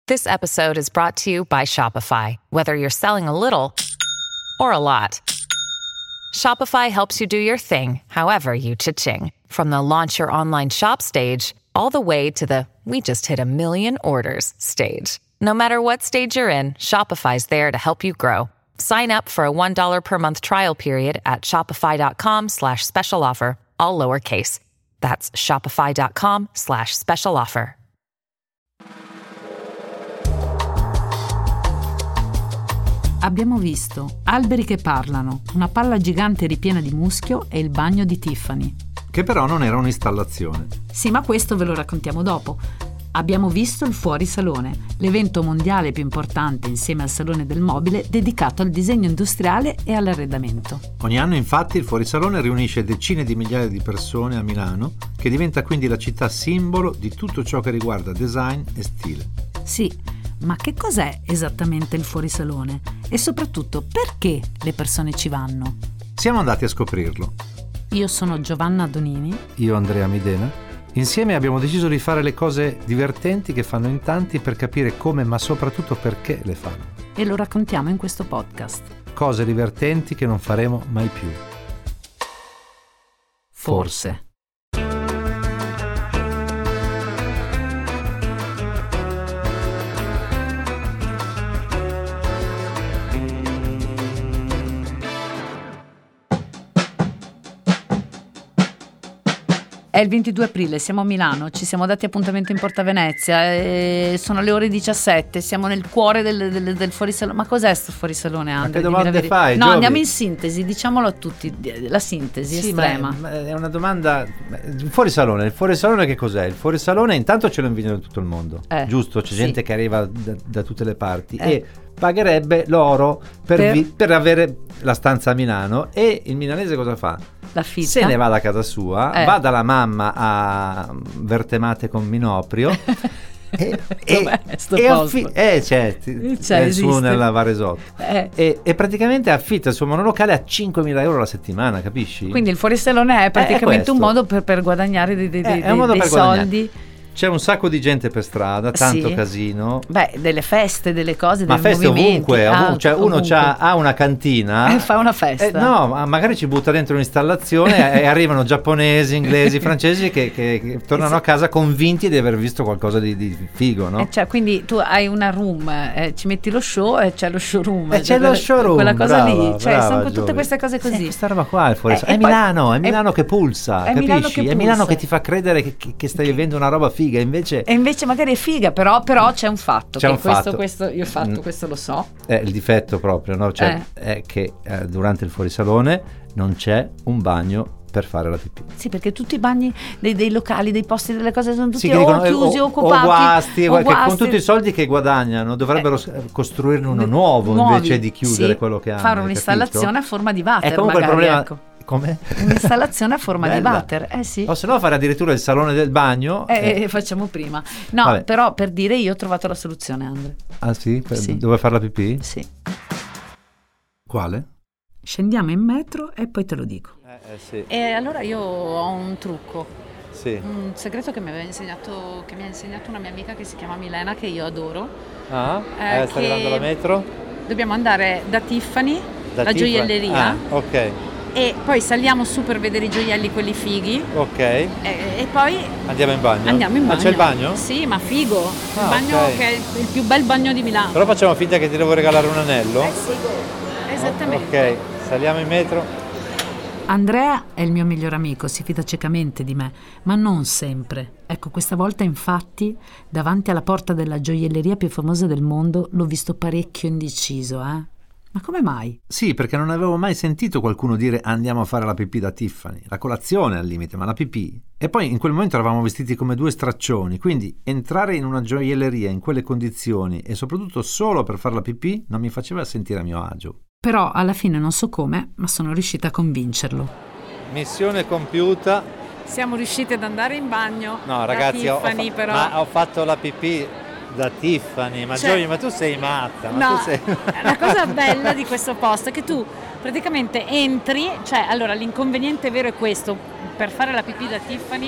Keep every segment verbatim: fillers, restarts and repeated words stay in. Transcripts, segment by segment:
This episode is brought to you by Shopify. Whether you're selling a little or a lot, Shopify helps you do your thing, however you cha-ching. From the launch your online shop stage, all the way to the we just hit a million orders stage. No matter what stage you're in, Shopify's there to help you grow. Sign up for a one dollar per month trial period at shopify.com slash special offer, all lowercase. That's shopify.com slash special offer. Abbiamo visto alberi che parlano, una palla gigante ripiena di muschio e il bagno di Tiffany. Che però non era un'installazione. Sì, ma questo ve lo raccontiamo dopo. Abbiamo visto il Fuorisalone, l'evento mondiale più importante insieme al Salone del Mobile dedicato al disegno industriale e all'arredamento. Ogni anno infatti il Fuorisalone riunisce decine di migliaia di persone a Milano, che diventa quindi la città simbolo di tutto ciò che riguarda design e stile. Sì, ma che cos'è esattamente il Fuorisalone? E soprattutto perché le persone ci vanno? Siamo andati a scoprirlo. Io sono Giovanna Donini. Io Andrea Midena. Insieme abbiamo deciso di fare le cose divertenti che fanno in tanti per capire come, ma soprattutto perché le fanno. E lo raccontiamo in questo podcast. Cose divertenti che non faremo mai più. Forse. È il ventidue aprile, siamo a Milano, ci siamo dati appuntamento in Porta Venezia, e sono le ore diciassette, siamo nel cuore del, del, del fuorisalone. Ma cos'è sto fuorisalone, Andrea? Ma che domande fai? No, Giovi? Andiamo in sintesi, diciamolo a tutti, la sintesi sì, estrema. Ma è, ma è una domanda. Il fuorisalone, il fuorisalone che cos'è? Il fuorisalone intanto ce lo invidiano tutto il mondo, eh, giusto? C'è sì. gente che arriva da, da tutte le parti eh. e pagherebbe l'oro per, per? Vi, per avere la stanza a Milano, e il milanese cosa fa? L'affitta. Se ne va da casa sua, eh. va dalla mamma a vertemate con Minoprio e, e, sto e posto? affi- eh, c'è, c'è, è il suo nella Varesotto eh. e, e praticamente affitta il suo monolocale a cinquemila euro la settimana, capisci? Quindi il fuorisalone è praticamente è un modo per, per guadagnare dei, dei, è, dei, è un modo dei per soldi. C'è un sacco di gente per strada, tanto sì. casino. Beh, delle feste, delle cose, ma dei feste movimenti. ovunque, Ah, ovunque. Cioè ovunque. uno c'ha, ha una cantina e fa una festa. Eh, no, ma magari ci butta dentro un'installazione e arrivano giapponesi, inglesi, francesi che, che, che tornano sì. a casa convinti di aver visto qualcosa di, di figo, no? Eh, cioè, quindi tu hai una room, eh, ci metti lo show e c'è lo showroom. E c'è lo showroom, quella cosa brava, lì. Cioè, brava, sono tutte Giovi. queste cose così. Sì, questa roba qua è fuori. Eh, è, Milano, poi, è Milano è, che pulsa, è capisci? Milano che è pulsa. Milano che ti fa credere che, che, che stai vivendo una roba figa, invece. E invece magari è figa, però, però c'è un fatto. C'è che un questo, fatto. questo io ho fatto, Mm. questo lo so. È il difetto proprio, no? Cioè, eh. è che eh, durante il fuorisalone non c'è un bagno per fare la pipì. Sì, perché tutti i bagni dei, dei locali, dei posti, delle cose sono tutti sì, o dicono, chiusi o, o occupati. O guasti, o che guasti. con tutti i soldi che guadagnano dovrebbero eh, costruirne uno nuovo nuovi, invece di chiudere sì, quello che hanno. fare un'installazione capito? a forma di water. È comunque magari, il problema. Ecco. Come? Un'installazione a forma di Bella. water, eh sì. O se no fare addirittura il salone del bagno. Eh, eh. Facciamo prima. No, Vabbè. però per dire io ho trovato la soluzione, Andre. Ah sì? Per, sì. Dove fare la pipì? Sì. Quale? Scendiamo in metro e poi te lo dico. Eh, eh sì. E allora io ho un trucco. Sì. Un segreto che mi aveva insegnato, che mi ha insegnato una mia amica che si chiama Milena, che io adoro. Ah? Eh, Eh, stai che arrivando alla metro? Dobbiamo andare da Tiffany, Da la Tiffany? gioielleria. Ah, ok. E poi saliamo su per vedere i gioielli, quelli fighi. Ok. E, e poi Andiamo in bagno? andiamo in bagno. Ah, c'è il bagno? Sì, ma figo. Ah, il bagno ok. che è il, il più bel bagno di Milano. Però facciamo finta che ti devo regalare un anello. Eh sì, esattamente. Ok, saliamo in metro. Andrea è il mio miglior amico, si fida ciecamente di me, ma non sempre. Ecco, questa volta infatti, davanti alla porta della gioielleria più famosa del mondo, l'ho visto parecchio indeciso, eh? Ma come mai? Sì, perché non avevo mai sentito qualcuno dire andiamo a fare la pipì da Tiffany. La colazione al limite, ma la pipì. E poi in quel momento eravamo vestiti come due straccioni, quindi entrare in una gioielleria in quelle condizioni e soprattutto solo per fare la pipì non mi faceva sentire a mio agio. Però alla fine non so come, ma sono riuscita a convincerlo. Missione compiuta. Siamo riusciti ad andare in bagno. No, ragazzi, ho, Tiffany, ho fa- però. ma ho fatto la pipì da Tiffany, ma Cioè, Gioia, ma tu sei matta, ma no, tu sei... la cosa bella di questo posto è che tu praticamente entri, cioè allora l'inconveniente vero è questo, per fare la pipì da Tiffany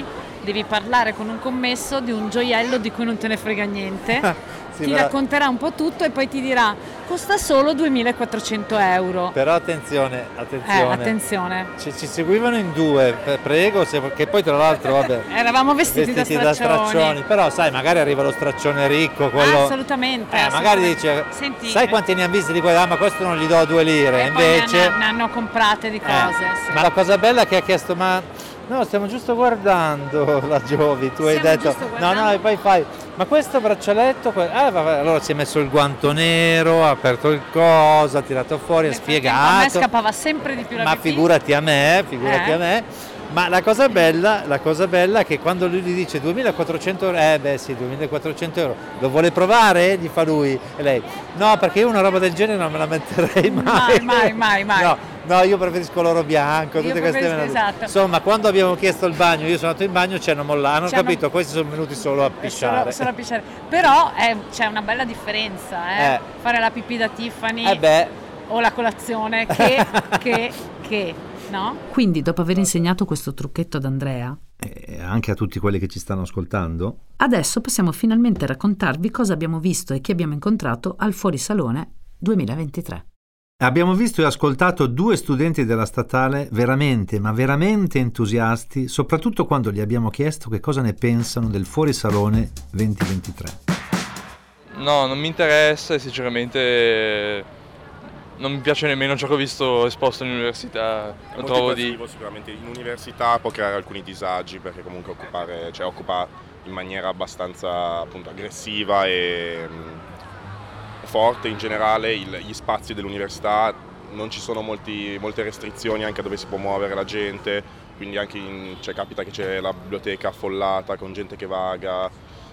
devi parlare con un commesso di un gioiello di cui non te ne frega niente. Sì, ti però... racconterà un po' tutto e poi ti dirà costa solo duemilaquattrocento euro. Però attenzione, attenzione. Eh, attenzione. Ci, ci seguivano in due, prego, se, che poi tra l'altro vabbè. Eravamo vestiti, vestiti da, straccioni. da straccioni. Però sai, magari arriva lo straccione ricco, quello. Assolutamente. Eh, assolutamente. magari dice, Senti, sai quanti ne hanno visti di quelli? Ah, ma questo non gli do due lire, e invece. Poi ne, ne hanno comprate di cose. Eh, sì. Ma la cosa bella è che ha chiesto, ma. No, stiamo giusto guardando la Giovi, tu Stiamo hai detto giusto guardando. no no e poi fai ma questo braccialetto que- ah, vabbè. Allora si è messo il guanto nero, ha aperto il coso, ha tirato fuori, ha Nel spiegato. frattempo a me scappava sempre di più la ma pipì. figurati a me figurati Eh. a me ma la cosa bella la cosa bella è che quando lui gli dice duemilaquattrocento euro, eh beh sì duemilaquattrocento euro, lo vuole provare? Gli fa lui e lei no, perché io una roba del genere non me la metterei mai Mai, mai, mai, mai. no No, io preferisco l'oro bianco, tutte Io queste preferisco, esatto. Insomma, quando abbiamo chiesto il bagno, io sono andato in bagno, ci hanno mollato, hanno Ci hanno- capito, questi sono venuti solo a È pisciare. Solo, solo a pisciare. Però è- c'è una bella differenza, eh? Eh. Fare la pipì da Tiffany Eh beh, o la colazione che, che, che, no? Quindi, dopo aver insegnato questo trucchetto ad Andrea, e anche a tutti quelli che ci stanno ascoltando, adesso possiamo finalmente raccontarvi cosa abbiamo visto e chi abbiamo incontrato al Fuorisalone duemilaventitré. abbiamo visto e ascoltato due studenti della statale veramente, ma veramente entusiasti, soprattutto quando gli abbiamo chiesto che cosa ne pensano del Fuorisalone duemilaventitré. No, non mi interessa e sinceramente non mi piace nemmeno ciò che ho visto esposto in università. È Lo molto trovo di... invasivo, sicuramente in università può creare alcuni disagi perché comunque occupare, cioè, occupa in maniera abbastanza appunto aggressiva e mh, forte in generale il, gli spazi dell'università, non ci sono molti, molte restrizioni anche a dove si può muovere la gente, quindi anche in, cioè, capita che c'è la biblioteca affollata con gente che vaga,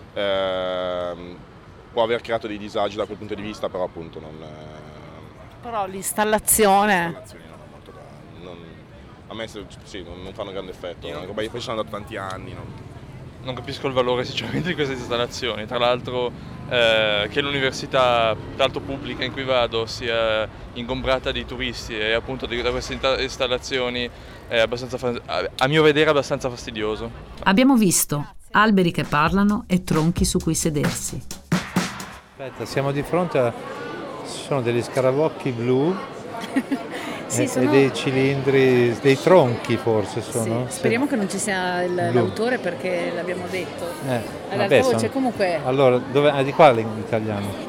ehm, può aver creato dei disagi da quel punto di vista, però appunto non... Però l'installazione... installazioni non ho molto da... non, a me se- sì, non, non fanno grande effetto, poi poi sono andato tanti anni. Non, Non capisco il valore sinceramente di queste installazioni, tra l'altro eh, che l'università, tra l'altro pubblica in cui vado, sia ingombrata di turisti e appunto di, da queste inta- installazioni è abbastanza, fa- a, a mio vedere abbastanza fastidioso. Abbiamo visto alberi che parlano e tronchi su cui sedersi. Aspetta, siamo di fronte a... ci sono degli scarabocchi blu Sì, e, sono- e dei cilindri, dei tronchi forse sono. Sì, speriamo che non ci sia il- Blu. l'autore perché l'abbiamo detto. Eh, Ad vabbè, alta voce sono- comunque... Allora, dove, ah, di qua l'italiano.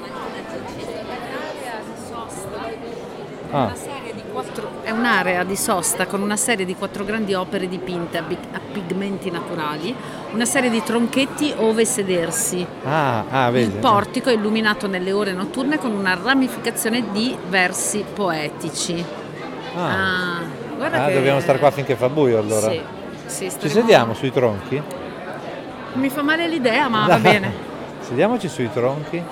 Ah, È un'area di sosta con una serie di quattro grandi opere dipinte a, bi- a pigmenti naturali, una serie di tronchetti ove sedersi. ah, ah, vedi. Il portico è illuminato nelle ore notturne con una ramificazione di versi poetici. Ah, Ah, guarda Ah, che... dobbiamo stare qua finché fa buio allora. Sì, sì, Ci staremo- sediamo sui tronchi? Mi fa male l'idea, ma va bene. Sediamoci sui tronchi.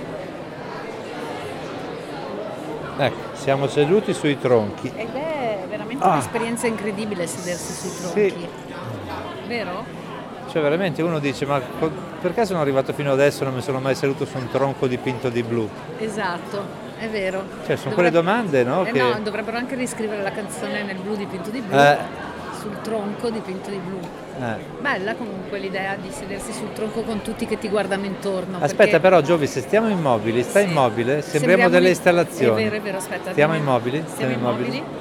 Ecco, siamo seduti sui tronchi. Ed è veramente Ah. un'esperienza incredibile sedersi sui Sì. tronchi. Vero? Cioè veramente uno dice ma co- perché sono arrivato fino adesso e non mi sono mai seduto su un tronco dipinto di blu? Esatto, è vero. Cioè sono Dovrebbe- quelle domande, no? Eh che... no, dovrebbero anche riscrivere la canzone nel blu dipinto di blu, Eh. sul tronco dipinto di blu. eh. Bella comunque l'idea di sedersi sul tronco con tutti che ti guardano intorno. Aspetta perché- però Giovi, se stiamo immobili, stai Sì. immobile, sembriamo delle in- installazioni. È vero, è vero, aspetta. Stiamo dimmi- immobili? Stiamo Stiamo immobili? immobili?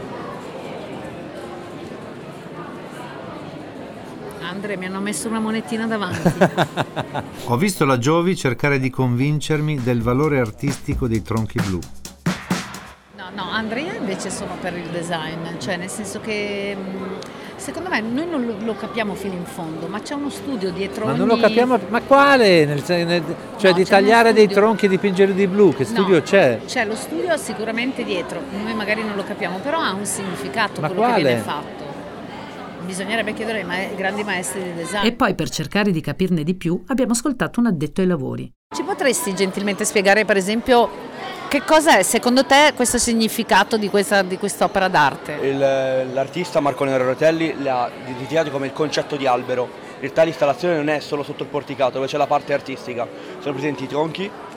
Andre, mi hanno messo una monetina davanti. Ho visto la Giovi cercare di convincermi del valore artistico dei tronchi blu. No, no, Andrea invece sono per il design, cioè nel senso che mh, secondo me noi non lo, lo capiamo fino in fondo, ma c'è uno studio dietro Ma ogni... non lo capiamo, ma quale? Nel, nel- cioè No, di c'è tagliare uno dei studio. tronchi e dipingerli di blu, che studio No, c'è? C'è lo studio sicuramente dietro, noi magari non lo capiamo, però ha un significato Ma quello quale? che viene fatto. Bisognerebbe chiedere ai ma- grandi maestri di design. E poi, per cercare di capirne di più, abbiamo ascoltato un addetto ai lavori. Ci potresti gentilmente spiegare, per esempio, che cosa è secondo te questo significato di questa di quest'opera d'arte? Il- l'artista Marco Nero Rotelli le ha ritirato come il concetto di albero. In realtà l'installazione non è solo sotto il porticato, dove c'è la parte artistica. Sono presenti i tronchi,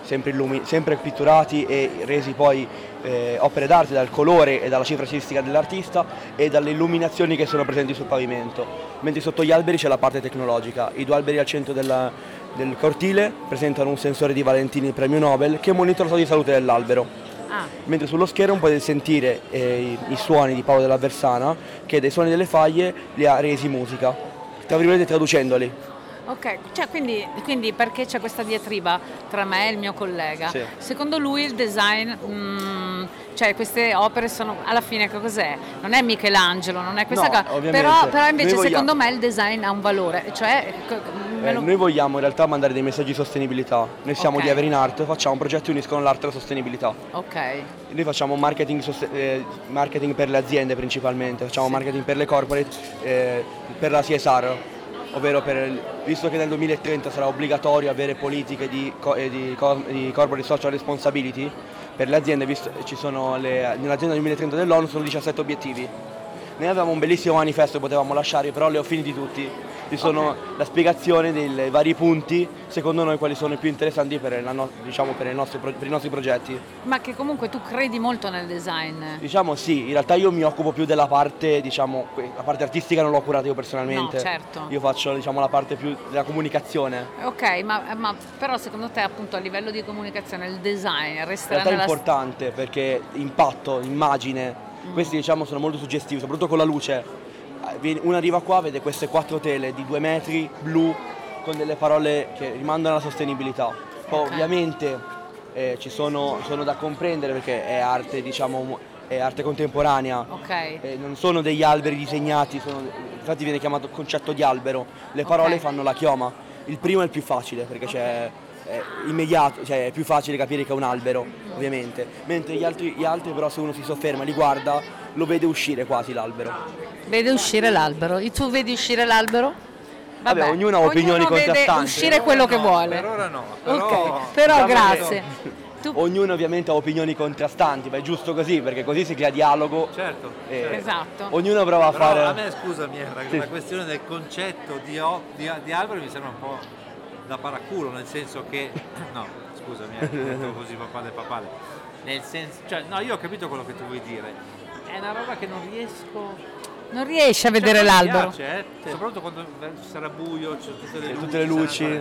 sempre, illumi- sempre pitturati e resi poi eh, opere d'arte dal colore e dalla cifra stilistica dell'artista e dalle illuminazioni che sono presenti sul pavimento, mentre sotto gli alberi c'è la parte tecnologica. I due alberi al centro della, del cortile presentano un sensore di Valentini premio Nobel che monitora lo stato di salute dell'albero. Ah. Mentre sullo schermo potete sentire eh, i, i suoni di Paolo della Versana, che dai suoni delle faglie li ha resi musica, tra virgolette traducendoli. Ok, cioè quindi, quindi perché c'è questa diatriba tra me e il mio collega? Sì. Secondo lui il design, mm, cioè queste opere sono, alla fine che cos'è? Non è Michelangelo, non è questa no, cosa, però, però invece vogliamo... secondo me il design ha un valore, cioè... Eh, lo... Noi vogliamo in realtà mandare dei messaggi di sostenibilità, noi siamo okay. di Everin Art, facciamo progetti che uniscono l'arte e la sostenibilità. Ok. Noi facciamo marketing, sost- eh, marketing per le aziende principalmente, facciamo sì. marketing per le corporate, eh, per la C S R. Ovvero per, visto che nel duemilatrenta sarà obbligatorio avere politiche di, eh, di, di corporate social responsibility per le aziende, visto ci sono le, nell'agenda duemilatrenta dell'ONU sono diciassette obiettivi. Noi avevamo un bellissimo manifesto che potevamo lasciare, però li ho finiti tutti. Ci sono okay. la spiegazione dei vari punti, secondo noi quali sono i più interessanti per, la no, diciamo, per, i nostri, per i nostri progetti. Ma che comunque tu credi molto nel design? Diciamo sì, in realtà io mi occupo più della parte, diciamo, la parte artistica non l'ho curata io personalmente. No, certo. Io faccio diciamo, la parte più della comunicazione. Ok, ma, ma però secondo te appunto a livello di comunicazione il design resterà in realtà nella... è importante perché impatto, immagine, mm. questi diciamo sono molto suggestivi, soprattutto con la luce. Uno arriva qua, vede queste quattro tele di due metri, blu, con delle parole che rimandano alla sostenibilità. Poi okay. ovviamente eh, ci sono, sono da comprendere perché è arte, diciamo, è arte contemporanea. Okay. Eh, non sono degli alberi disegnati, sono, infatti viene chiamato concetto di albero. Le parole okay. fanno la chioma. Il primo è il più facile perché okay. c'è è immediato, cioè è più facile capire che è un albero, ovviamente. Mentre gli altri, gli altri però se uno si sofferma, li guarda, lo vede uscire quasi l'albero. Vede uscire l'albero. E tu vedi uscire l'albero? Vabbè, Vabbè ognuno ha opinioni ognuno contrastanti. Vede uscire quello no, che vuole. Per ora no. Però, ok, però diciamo grazie. Tu... Ognuno ovviamente ha opinioni contrastanti, ma è giusto così perché così si crea dialogo. Certo. E certo. Esatto. Ognuno prova a però fare. A me scusami, la, sì. la questione del concetto di, di, di albero mi sembra un po' da paraculo, nel senso che. No, scusami, ho detto così papale papale. Nel senso. Cioè, no, io ho capito quello che tu vuoi dire. È una roba che non riesco. Non riesci a vedere cioè, l'albero. Piace, eh? sì. Soprattutto quando sarà buio, c'è tutte le c'è luci. Tutte le luci.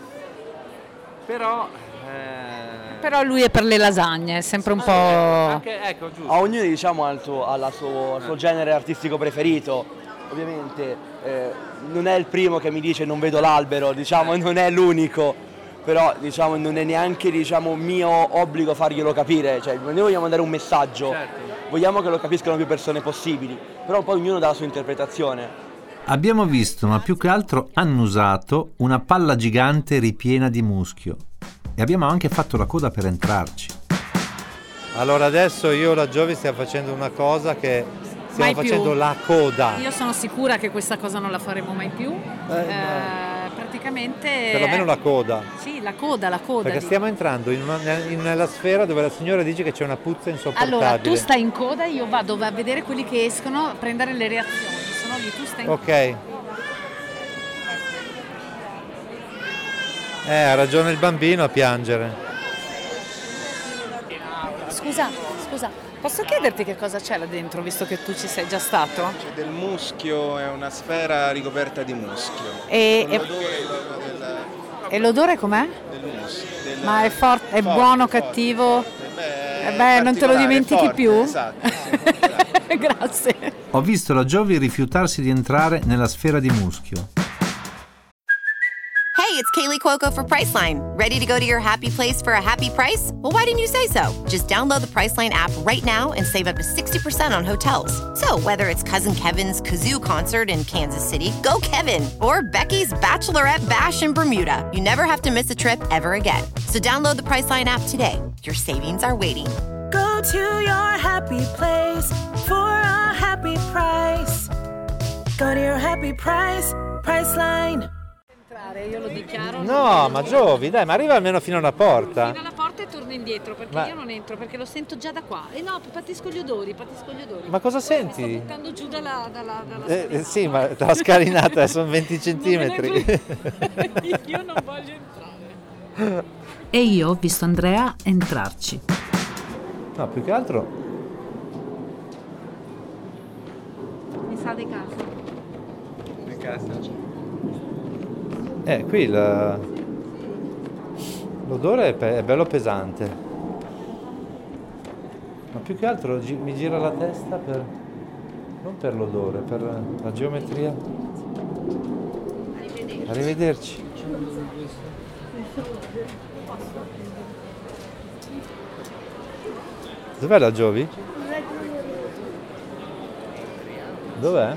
Però. Eh... Però lui è per le lasagne, è sempre un ah, po'. Anche, ecco, giusto. A ognuno diciamo ha il suo, ha la suo, il suo genere artistico preferito. Ovviamente eh, non è il primo che mi dice non vedo l'albero, diciamo, non è l'unico. Però diciamo non è neanche diciamo mio obbligo farglielo capire, cioè noi vogliamo dare un messaggio, certo. vogliamo che lo capiscano più persone possibili, però poi ognuno dà la sua interpretazione. Abbiamo visto, ma più che altro annusato, una palla gigante ripiena di muschio e abbiamo anche fatto la coda per entrarci. Allora adesso io e la Giovi stiamo facendo una cosa che stiamo mai facendo più. La coda. Io sono sicura che questa cosa non la faremo mai più. Eh, eh, no. Praticamente perlomeno la coda. Sì, la coda, la coda. Perché di... stiamo entrando in una, in nella sfera dove la signora dice che c'è una puzza insopportabile. Allora, tu stai in coda, io vado a vedere quelli che escono, a prendere le reazioni. Sono lì, tu stai in Ok. coda. Eh, ha ragione il bambino a piangere. Scusa, scusa, posso chiederti che cosa c'è là dentro, visto che tu ci sei già stato? C'è del muschio, è una sfera ricoperta di muschio. E, e, l'odore del, e l'odore com'è? Del muschio. Del, Ma è, for- è forte, buono, forte. cattivo? Beh, eh beh, non te lo dimentichi forte, più? Esatto, sì, esatto. Grazie. Ho visto la Giovi rifiutarsi di entrare nella sfera di muschio. Hey, it's Kaylee Cuoco for Priceline. Ready to go to your happy place for a happy price? Well, why didn't you say so? Just download the Priceline app right now and save up to sixty percent on hotels. So whether it's Cousin Kevin's Kazoo Concert in Kansas City, go Kevin, or Becky's Bachelorette Bash in Bermuda, you never have to miss a trip ever again. So download the Priceline app today. Your savings are waiting. Go to your happy place for a happy price. Go to your happy price, Priceline. Io lo dichiaro. No, ma Giovi, dai, ma arriva almeno fino alla porta. Fino alla porta e torno indietro perché ma... io non entro perché lo sento già da qua. E no, patisco gli odori, patisco gli odori. Ma cosa senti? Mi sto buttando giù dalla, dalla, dalla eh, eh, sì, ma dalla scalinata sono venti centimetri. Io non voglio entrare. E io ho visto Andrea entrarci. No, più che altro... Mi sa di casa. Di casa. Eh, qui la... l'odore è, pe- è bello pesante. Ma più che altro gi- mi gira la testa per... non per l'odore, per la geometria. Arrivederci. Arrivederci. Dov'è la Giovi? Dov'è?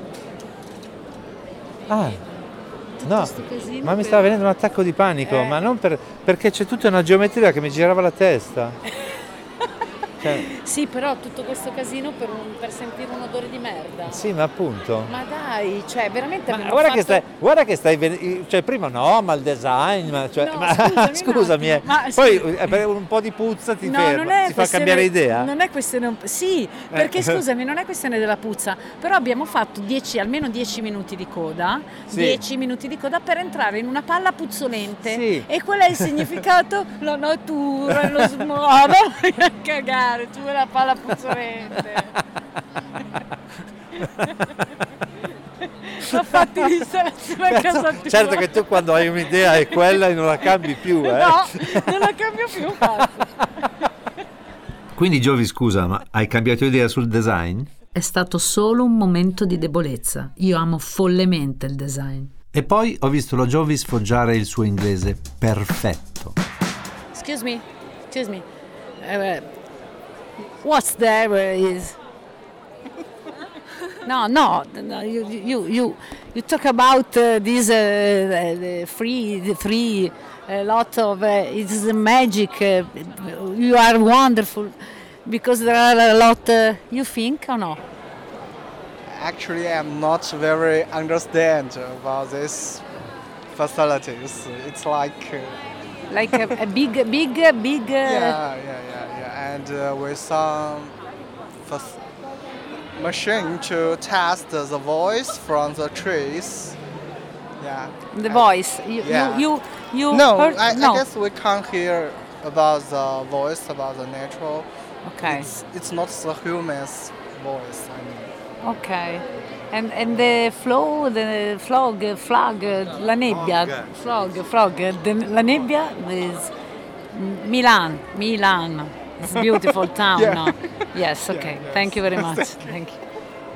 Ah, no, ma mi stava venendo un attacco di panico, Eh. ma non per, perché c'è tutta una geometria che mi girava la testa. Cioè, Sì, però tutto questo casino per, un- per sentire un odore di merda. sì, ma appunto. Ma dai, cioè veramente Ma abbiamo guarda, fatto... che stai, guarda che stai ven- cioè prima no, ma il design, ma, cioè, No, ma scusami un scusami, eh. attimo, ma poi sì. eh, per un po' di puzza ti No, ferma, non è ti fa questione- cambiare idea? Non è questione... Sì, perché Eh. scusami, non è questione della puzza, però abbiamo fatto dieci, almeno dieci minuti di coda, Sì. dieci minuti di coda per entrare in una palla puzzolente. Sì. E qual è il significato? La natura, lo smodo, vai a cagare, tu e la palla puzzolente. Ho fatto l'installazione a casa tua. Certo che tu quando hai un'idea è quella e non la cambi più, eh? No, non la cambio più, infatti. Quindi Giovi, scusa, ma hai cambiato idea sul design? È stato solo un momento di debolezza. Io amo follemente il design. E poi ho visto la Giovi sfoggiare il suo inglese perfetto. Excuse me, excuse me. Uh, what's there is... No, no, no you, you, you, you talk about uh, this uh, uh, free, the free, a lot of, uh, it's magic, uh, you are wonderful, because there are a lot, uh, you think or no? Actually, I'm not very understand about this facilities. It's like uh, Like a, a big, big, big... Uh, yeah, yeah, yeah, yeah, and uh, with some fac- machine to test the voice from the trees. Yeah. The And- voice, you, Yeah. you, you, you No, heard? I, no. I guess we can't hear about the voice, about the natural. Okay. It's, it's not the human's voice. I mean. Ok. And, and the flow, the flog, flag, la nebbia, frog, frog, the, la nebbia is Milan, Milan. It's a beautiful town. Yeah. No? Yes, ok. Yeah, yes. Thank you very much. Thank you.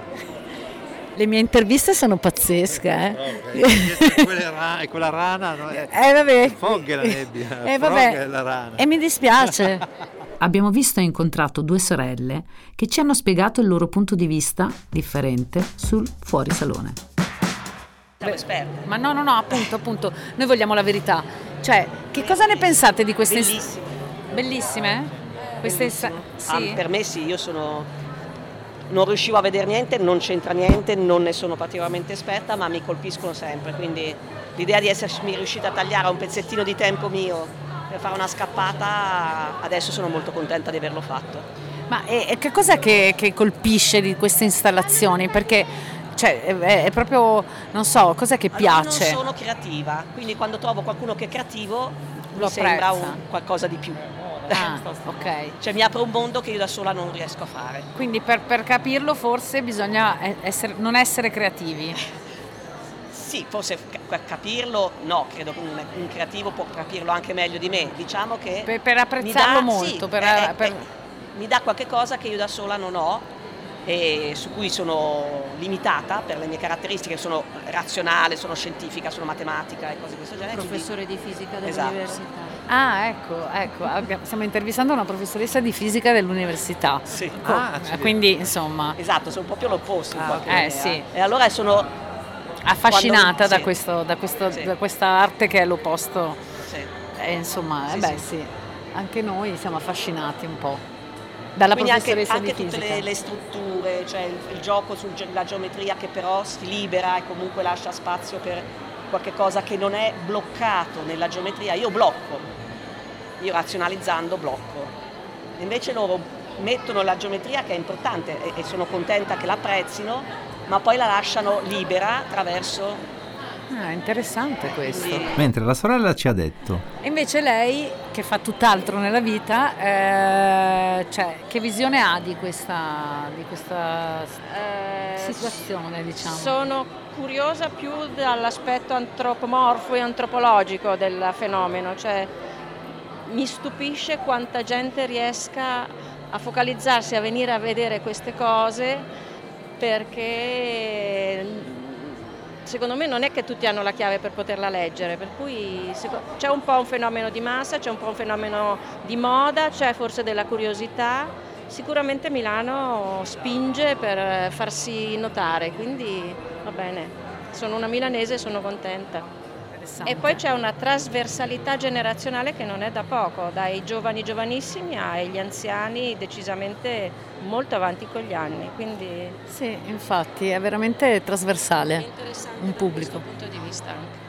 Le mie interviste sono pazzesche, eh? E quella, ra- e quella rana, no? Eh vabbè. Fog è la nebbia, Eh frog vabbè. è la rana. E mi dispiace. Abbiamo visto e incontrato due sorelle che ci hanno spiegato il loro punto di vista differente sul fuorisalone. Siamo esperte. Ma no, no, no, appunto, appunto, noi vogliamo la verità. Cioè, che cosa ne pensate di queste... Bellissime. Bellissime? Queste... sa- Sì? Ah, per me sì, io sono... Non riuscivo a vedere niente, non c'entra niente, non ne sono particolarmente esperta, ma mi colpiscono sempre. Quindi l'idea di essermi riuscita a tagliare un pezzettino di tempo mio per fare una scappata, adesso sono molto contenta di averlo fatto. Ma e, e che cos'è che, che colpisce di queste installazioni? Perché cioè, è, è proprio, non so, cos'è che Allora, piace? non sono creativa, quindi quando trovo qualcuno che è creativo Lo mi sembra apprezza. un qualcosa di più. Ah, ok. Cioè mi apre un mondo che io da sola non riesco a fare. Quindi per, per capirlo forse bisogna essere, non essere creativi. Sì, forse ca- capirlo, no, credo che un, un creativo può capirlo anche meglio di me. Diciamo che Per, per mi apprezzarlo dà- molto. sì, per, eh, per- eh, mi dà qualche cosa che io da sola non ho e su cui sono limitata per le mie caratteristiche, sono razionale, sono scientifica, sono matematica e cose di questo genere. Professore quindi- di fisica Esatto. dell'università. Ah, ecco, ecco, abbiamo- stiamo intervistando una professoressa di fisica dell'università. Sì. Co- Ah, eh, accidenti. quindi, insomma, Esatto, sono proprio l'opposto in Ah, qualche eh, maniera. sì. E allora sono affascinata quando- da, sì. questo, da, questo, Sì. da questa arte che è l'opposto. Sì. E insomma, eh Sì, beh sì. sì, anche noi siamo affascinati un po' dalla Quindi anche, professoressa anche di tutte fisica. le, le strutture, cioè il, il gioco sulla geometria che però si libera e comunque lascia spazio per qualche cosa che non è bloccato nella geometria. Io blocco, io razionalizzando blocco. Invece loro mettono la geometria che è importante e, e sono contenta che la apprezzino, ma poi la lasciano libera attraverso Ah, interessante questo. Mentre la sorella ci ha detto: E invece lei, che fa tutt'altro nella vita, eh, cioè, che visione ha di questa, di questa eh, situazione, diciamo? Sono curiosa più dall'aspetto antropomorfo e antropologico del fenomeno, cioè mi stupisce quanta gente riesca a focalizzarsi, a venire a vedere queste cose, perché secondo me non è che tutti hanno la chiave per poterla leggere, per cui c'è un po' un fenomeno di massa, c'è un po' un fenomeno di moda, c'è forse della curiosità. Sicuramente Milano spinge per farsi notare, quindi va bene, sono una milanese e sono contenta. E poi c'è una trasversalità generazionale che non è da poco, dai giovani giovanissimi agli anziani decisamente molto avanti con gli anni. Quindi sì, infatti è veramente trasversale, è interessante un pubblico. Da questo punto di vista anche.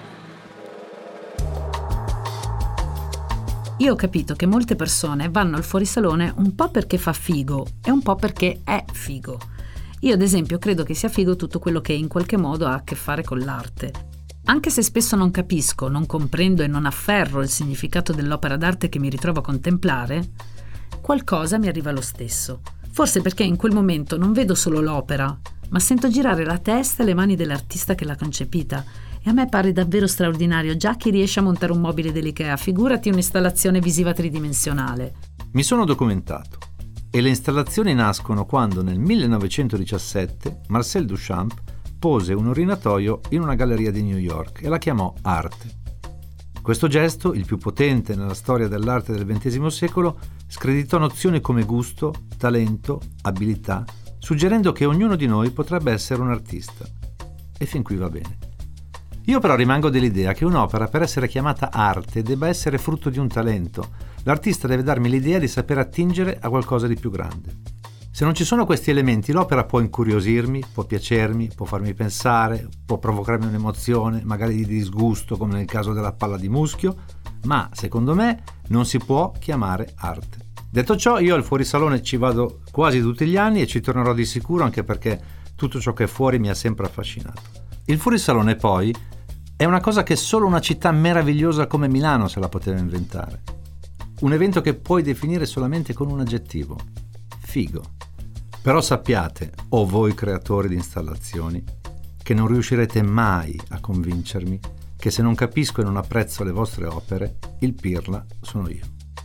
Io ho capito che molte persone vanno al fuorisalone un po' perché fa figo e un po' perché è figo. Io ad esempio credo che sia figo tutto quello che in qualche modo ha a che fare con l'arte. Anche se spesso non capisco, non comprendo e non afferro il significato dell'opera d'arte che mi ritrovo a contemplare, qualcosa mi arriva lo stesso. Forse perché in quel momento non vedo solo l'opera, ma sento girare la testa e le mani dell'artista che l'ha concepita. E a me pare davvero straordinario già chi riesce a montare un mobile dell'Ikea, figurati un'installazione visiva tridimensionale. Mi sono documentato e le installazioni nascono quando nel millenovecentodiciassette Marcel Duchamp pose un urinatoio in una galleria di New York e la chiamò arte. Questo gesto, il più potente nella storia dell'arte del ventesimo secolo, screditò nozioni come gusto, talento, abilità, suggerendo che ognuno di noi potrebbe essere un artista. E fin qui va bene. Io però rimango dell'idea che un'opera, per essere chiamata arte, debba essere frutto di un talento. L'artista deve darmi l'idea di saper attingere a qualcosa di più grande. Se non ci sono questi elementi, l'opera può incuriosirmi, può piacermi, può farmi pensare, può provocarmi un'emozione, magari di disgusto, come nel caso della palla di muschio, ma secondo me non si può chiamare arte. Detto ciò, io al fuorisalone ci vado quasi tutti gli anni e ci tornerò di sicuro, anche perché tutto ciò che è fuori mi ha sempre affascinato. Il fuorisalone poi è una cosa che solo una città meravigliosa come Milano se la poteva inventare. Un evento che puoi definire solamente con un aggettivo: figo. Però sappiate, o voi creatori di installazioni, che non riuscirete mai a convincermi che se non capisco e non apprezzo le vostre opere, il pirla sono io.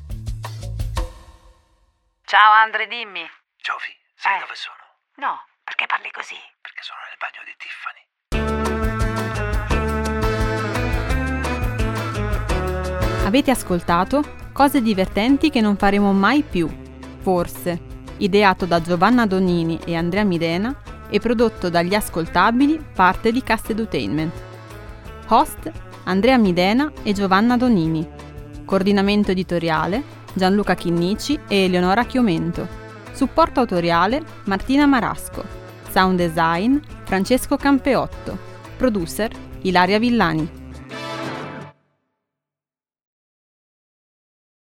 Ciao Andre, dimmi. Giovi, sai Eh. dove sono? No, perché parli così? Perché sono nel bagno di Tiffany. Avete ascoltato Cose divertenti che non faremo mai più, forse, ideato da Giovanna Donini e Andrea Midena e prodotto dagli Ascoltabili, parte di Cast Edutainment. Host Andrea Midena e Giovanna Donini. Coordinamento editoriale Gianluca Chinnici e Eleonora Chiomento. Supporto autoriale Martina Marasco. Sound design Francesco Campeotto. Producer Ilaria Villani.